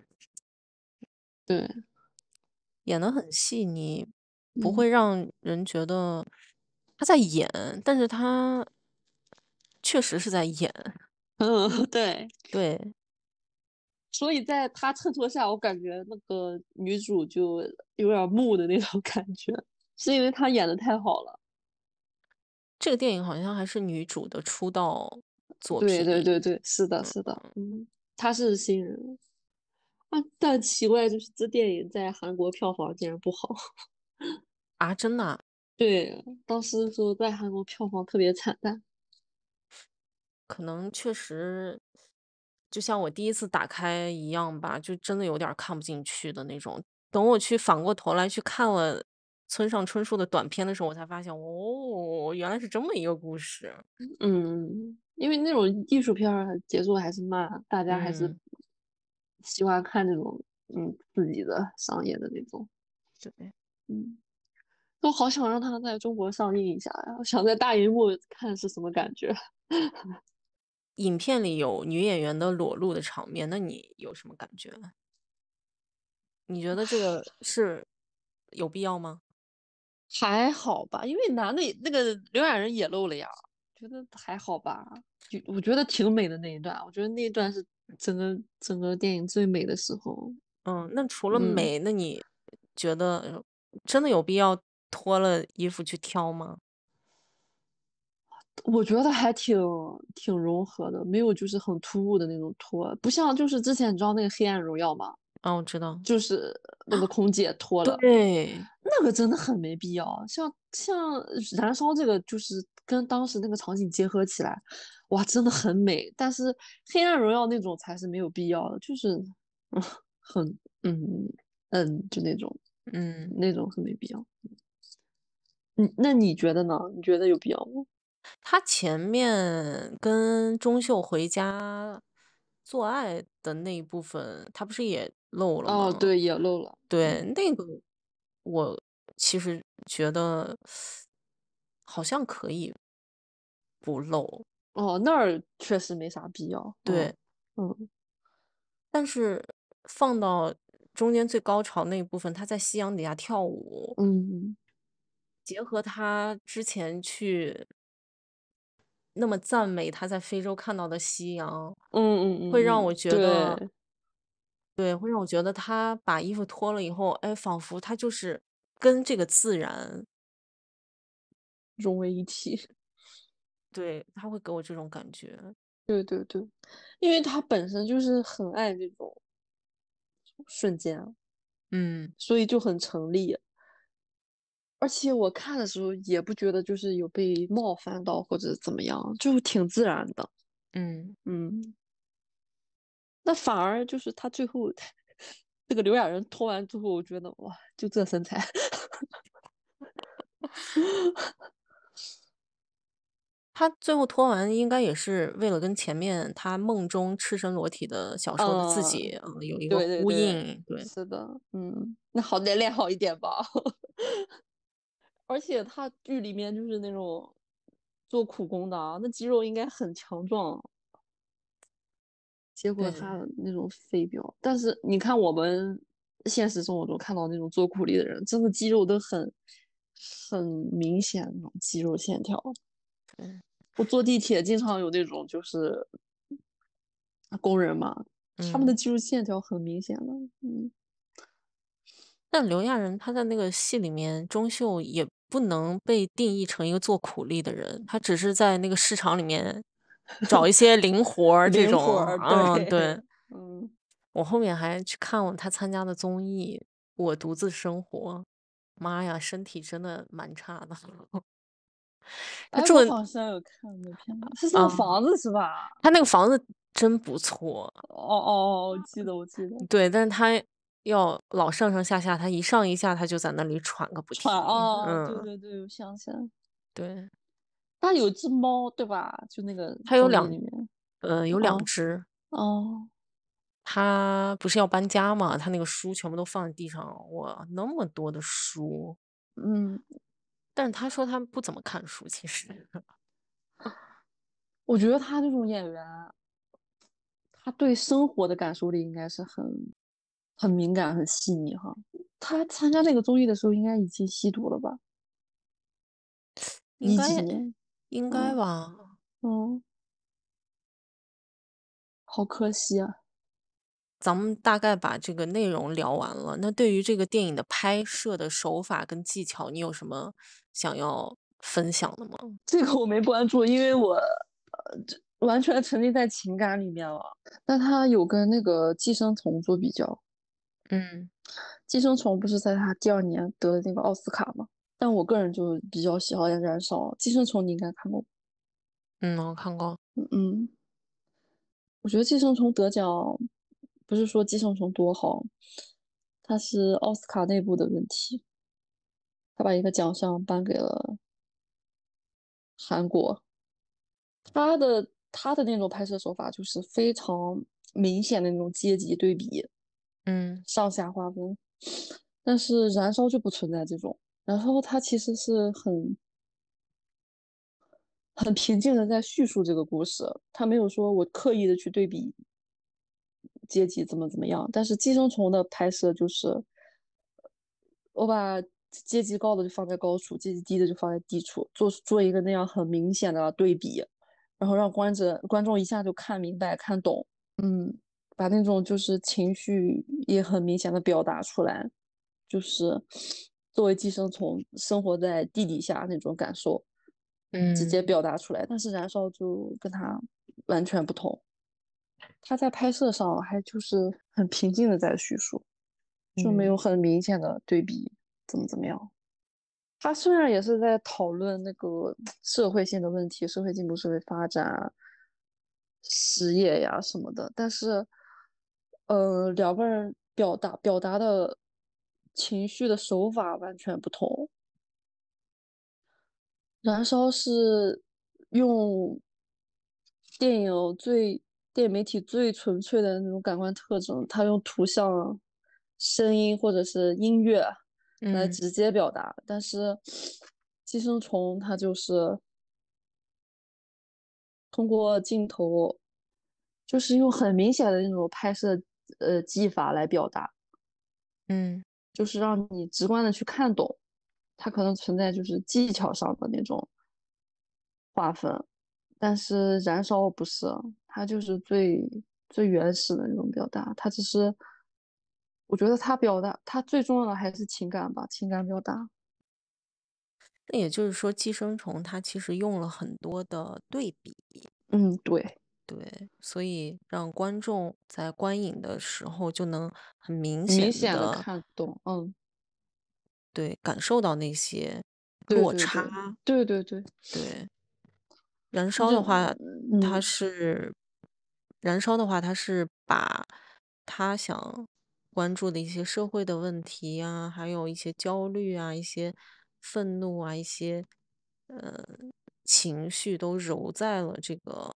对， 演得很细腻，不嗯会让人觉得他在演，但是他确实是在演。 嗯，对。 对， 所以在他衬托下，我感觉那个女主就有点木的那种感觉，是因为她演的太好了。 这个电影好像还是女主的出道作对品。 对对对，是的，是的，嗯，她是新人啊，但奇怪就是这电影在韩国票房竟然不好。 啊，真的啊？ 对，当时的时候在韩国票房特别惨淡。 可能确实就像我第一次打开一样吧，就真的有点儿看不进去的那种。等我去反过头来去看了村上春树的短片的时候，我才发现，哦，原来是这么一个故事。 嗯，因为那种艺术片儿节奏还是慢，大家还是嗯， 喜欢看那种刺激的商业的那种。 对。 嗯，我好想让它在中国上映一下呀，我想在大荧幕看是什么感觉。 影片里有女演员的裸露的场面，那你有什么感觉呢？你觉得这个是有必要吗？ 还好吧，因为男的那个刘亚仁也露了呀，觉得还好吧。就我觉得挺美的那一段，我觉得那一段是整个电影最美的时候。 嗯，那除了嗯， 美，那你觉得真的有必要脱了衣服去挑吗？ 我觉得还挺融合的，没有就是很突兀的那种脱，不像就是之前你知道那个《黑暗荣耀》吗？ 啊，我知道。 就是那个空姐脱了， 对， 那个真的很没必要。像燃烧这个，就是跟当时那个场景结合起来，哇，真的很美。但是黑暗荣耀那种才是没有必要的，就是很嗯就那种嗯， 很没必要。那你觉得呢？你觉得有必要吗？ 他前面跟钟秀回家做爱的那一部分，他不是也露了哦， 吗？ 对，也漏了。 对， 嗯， 那个我其实觉得好像可以不露。 哦，那儿确实没啥必要。 对， 嗯但是放到中间最高潮那一部分，他在夕阳底下跳舞， 嗯结合他之前去那么赞美他在非洲看到的夕阳，会让我觉得对， 对，会让我觉得他把衣服脱了以后，哎，仿佛他就是跟这个自然融为一体。 对，他会给我这种感觉。 对对对，因为他本身就是很爱这种瞬间啊， 嗯， 所以就很成立。而且我看的时候也不觉得就是有被冒犯到或者怎么样，就挺自然的。 嗯。 嗯，那反而就是他最后这个刘亚仁脱完之后，我觉得哇，就这身材。 他最后脱完应该也是为了跟前面他梦中赤身裸体的小时候的自嗯， 己，有一个对对对， 呼应，对， 是的。那好歹练好一点吧。而且他剧里面就是那种做苦工的啊，那肌肉应该很强壮，结果对， 他那种废表。但是你看我们现实生活中看到那种做苦力的人，真的肌肉都很明显那种肌肉线条。 对， 我坐地铁经常有那种就是工人嘛，他们的嗯。 肌肉线条很明显的。嗯， 但刘亚仁他在那个戏里面，钟秀也不能被定义成一个做苦力的人，他只是在那个市场里面找一些零活儿这种， 灵活儿，对。 对。 嗯， 我后面还去看了他参加的综艺《我独自生活》，妈呀，身体真的蛮差的。他哎， 住的我好像有看那片子，是那个啊， 房子是吧？ 他那个房子真不错， 我记得，我记得。 对，但是他要老上上下下，他一上一下他就在那里喘个不停， 对嗯， 对对，我想起来了。 对， 他有只猫，对吧？就那个他综艺里面。 有两哦只， 哦， 他不是要搬家嘛，他那个书全部都放在地上，哇，那么多的书， 嗯， 但是他说他不怎么看书，其实， 我觉得他这种演员，他对生活的感受力应该是很敏感、很细腻哈。他参加那个综艺的时候，应该已经吸毒了吧？一几应该年？ 应该嗯吧。 嗯，好可惜啊。 咱们大概把这个内容聊完了，那对于这个电影的拍摄的手法跟技巧，你有什么想要分享的吗？ 这个我没关注，因为我完全沉浸在情感里面了。但他有跟那个《寄生虫》做比较， 嗯， 《寄生虫》不是在他第2年得了那个奥斯卡吗？ 但我个人就比较喜欢燃烧。寄生虫你应该看过。 嗯，我看过。 嗯，我觉得寄生虫得奖不是说寄生虫多好，它是奥斯卡内部的问题，他把一个奖项颁给了韩国。他的那种拍摄手法就是非常明显的那种阶级对比， 嗯上下划分。但是燃烧就不存在这种，然后它其实是很平静的在叙述这个故事，他没有说我刻意的去对比阶级怎么样。但是寄生虫的拍摄就是我把阶级高的就放在高处，阶级低的就放在低处，做一个那样很明显的对比，然后让观众一下就看明白看懂。把那种就是情绪也很明显的表达出来，就是作为寄生虫生活在地底下那种感受，直嗯接表达出来。但是燃烧就跟他完全不同，他在拍摄上还就是很平静的在叙述，就没嗯有很明显的对比怎么样。他虽然也是在讨论那个社会性的问题，社会进步、社会发展啊失业呀什么的，但是，两个人表达的情绪的手法完全不同。燃烧是用电影最电影媒体最纯粹的那种感官特征，它用图像、声音或者是音乐来嗯直接表达，但是寄生虫它就是通过镜头，就是用很明显的那种拍摄技法来表达， 嗯就是让你直观的去看懂，它可能存在就是技巧上的那种划分，但是燃烧不是，它就是最原始的那种表达，它只是我觉得它表达它最重要的还是情感吧，情感表达。 那也就是说，寄生虫它其实用了很多的对比， 嗯，对， 对，所以让观众在观影的时候就能很明明显显的的看懂， 对感受到那些落差。 对对对对对对， 对，燃它就烧的话，它嗯是燃烧的话，它是把他想关注的一些社会的问题呀，还有一些焦虑啊、一些愤怒啊、一些呃情绪都揉在了这个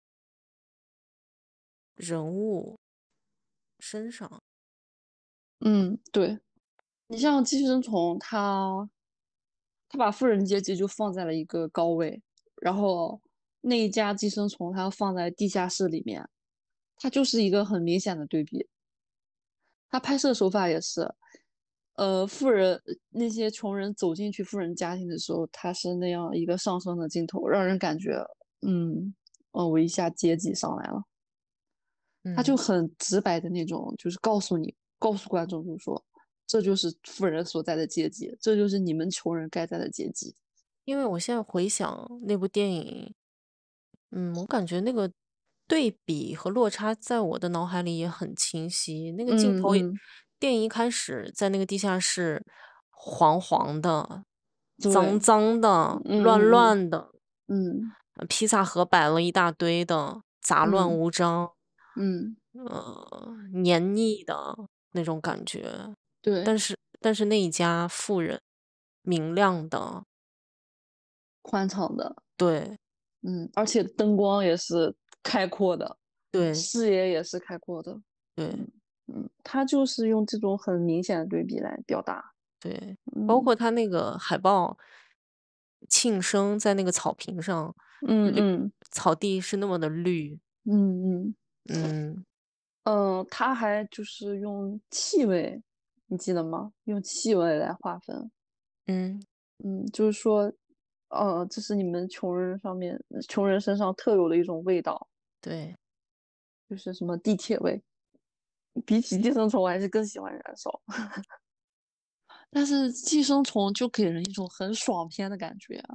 人物身上。 对。你像寄生虫，它把富人阶级就放在了一个高位，然后那一家寄生虫它放在地下室里面，它就是一个很明显的对比。它拍摄手法也是，富人那些穷人走进去富人家庭的时候，它是那样一个上升的镜头，让人感觉，嗯，我一下阶级上来了。他就嗯。 很直白的那种，就是告诉观众，就是说，这就是富人所在的阶级，这就是你们穷人该在的阶级。 因为我现在回想那部电影，我感觉那个对比和落差在我的脑海里也很清晰。那个镜头也， 嗯嗯， 电影一开始在那个地下室，黄黄的、脏对， 脏的、乱嗯嗯乱的， 嗯披萨盒摆了一大堆的，杂乱嗯无章， 嗯， 黏腻的那种感觉。 对， 但是那一家富人，明亮的， 宽敞的， 对而且灯光也是开阔的， 对视野也是开阔的， 对。 嗯他就是用这种很明显的对比来表达， 对，包嗯括他那个海报，庆生在那个草坪上，绿嗯嗯草地是那么的绿。 嗯嗯。 嗯他还就是用气味，你记得吗？用气味来划分， 嗯， 就是说，这是你们穷人身上特有的一种味道， 对， 就是什么地铁味。比起寄生虫，我还是更喜欢燃烧，但是寄生虫就给人一种很爽片的感觉啊。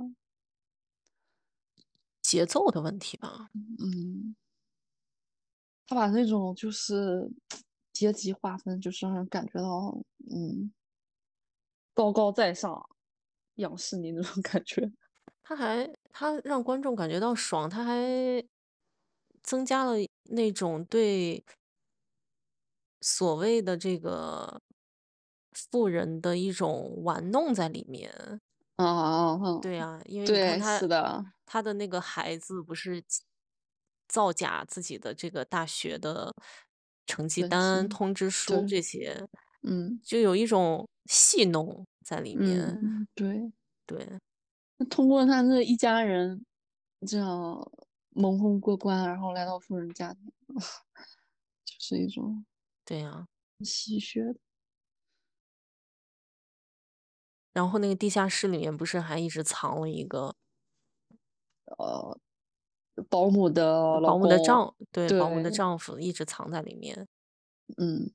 节奏的问题吧。 嗯，他把那种就是阶级划分，就是让人感觉到，高高在上， 仰视你那种感觉。 他让观众感觉到爽，他还增加了那种对所谓的这个富人的一种玩弄在里面。 啊啊啊！ 对呀，因为你看对， 他是的， 他的那个孩子不是造假自己的这个大学的成绩单、 问题， 通知书对， 这些， 嗯就有一种戏弄在里面。 嗯，对。 对， 那通过他那一家人这样蒙混过关，然后来到富人家庭，就是一种对呀。 戏谑的。 然后那个地下室里面不是还一直藏了一个呃，保姆的老保姆的公， 对，保姆的对， 丈夫一直藏在里面， 嗯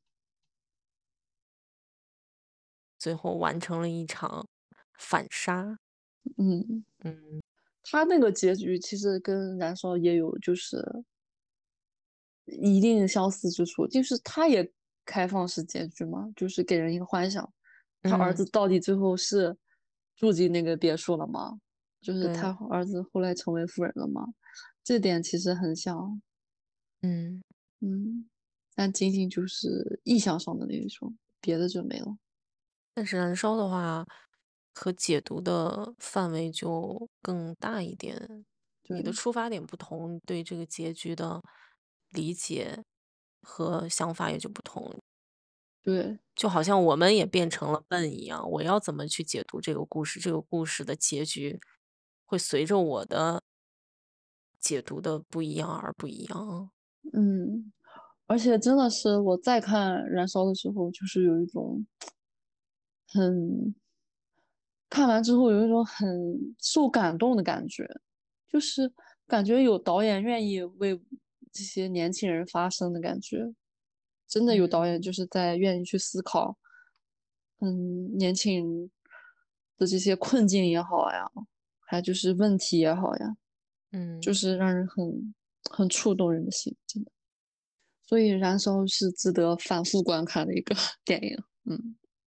最后完成了一场反杀。 嗯， 嗯他那个结局其实跟燃烧也有就是一定相似之处，就是他也开放式结局嘛，就是给人一个幻想，他儿嗯， 子到底最后是住进那个别墅了吗？就是他对， 儿子后来成为富人了吗？这点其实很像， 嗯。 嗯，但仅仅就是意象上的那一种，别的就没了。 但是燃烧的话，可解读的范围就更大一点。你的对出发点不同，对这个结局的理解和想法也就不同。 对， 就好像我们也变成了笨一样，我要怎么去解读这个故事？这个故事的结局会随着我的解读的不一样而不一样。 嗯，而且真的是我再看《燃烧》的时候，就是有一种很看完之后有一种很受感动的感觉，就是感觉有导演愿意为这些年轻人发声的感觉，真的有导演嗯就是在愿意去思考，年轻人的这些困境也好呀，还有就是问题也好呀，就嗯。 是让人很触动人的心，真的。所以《燃烧》是值得反复观看的一个电影。嗯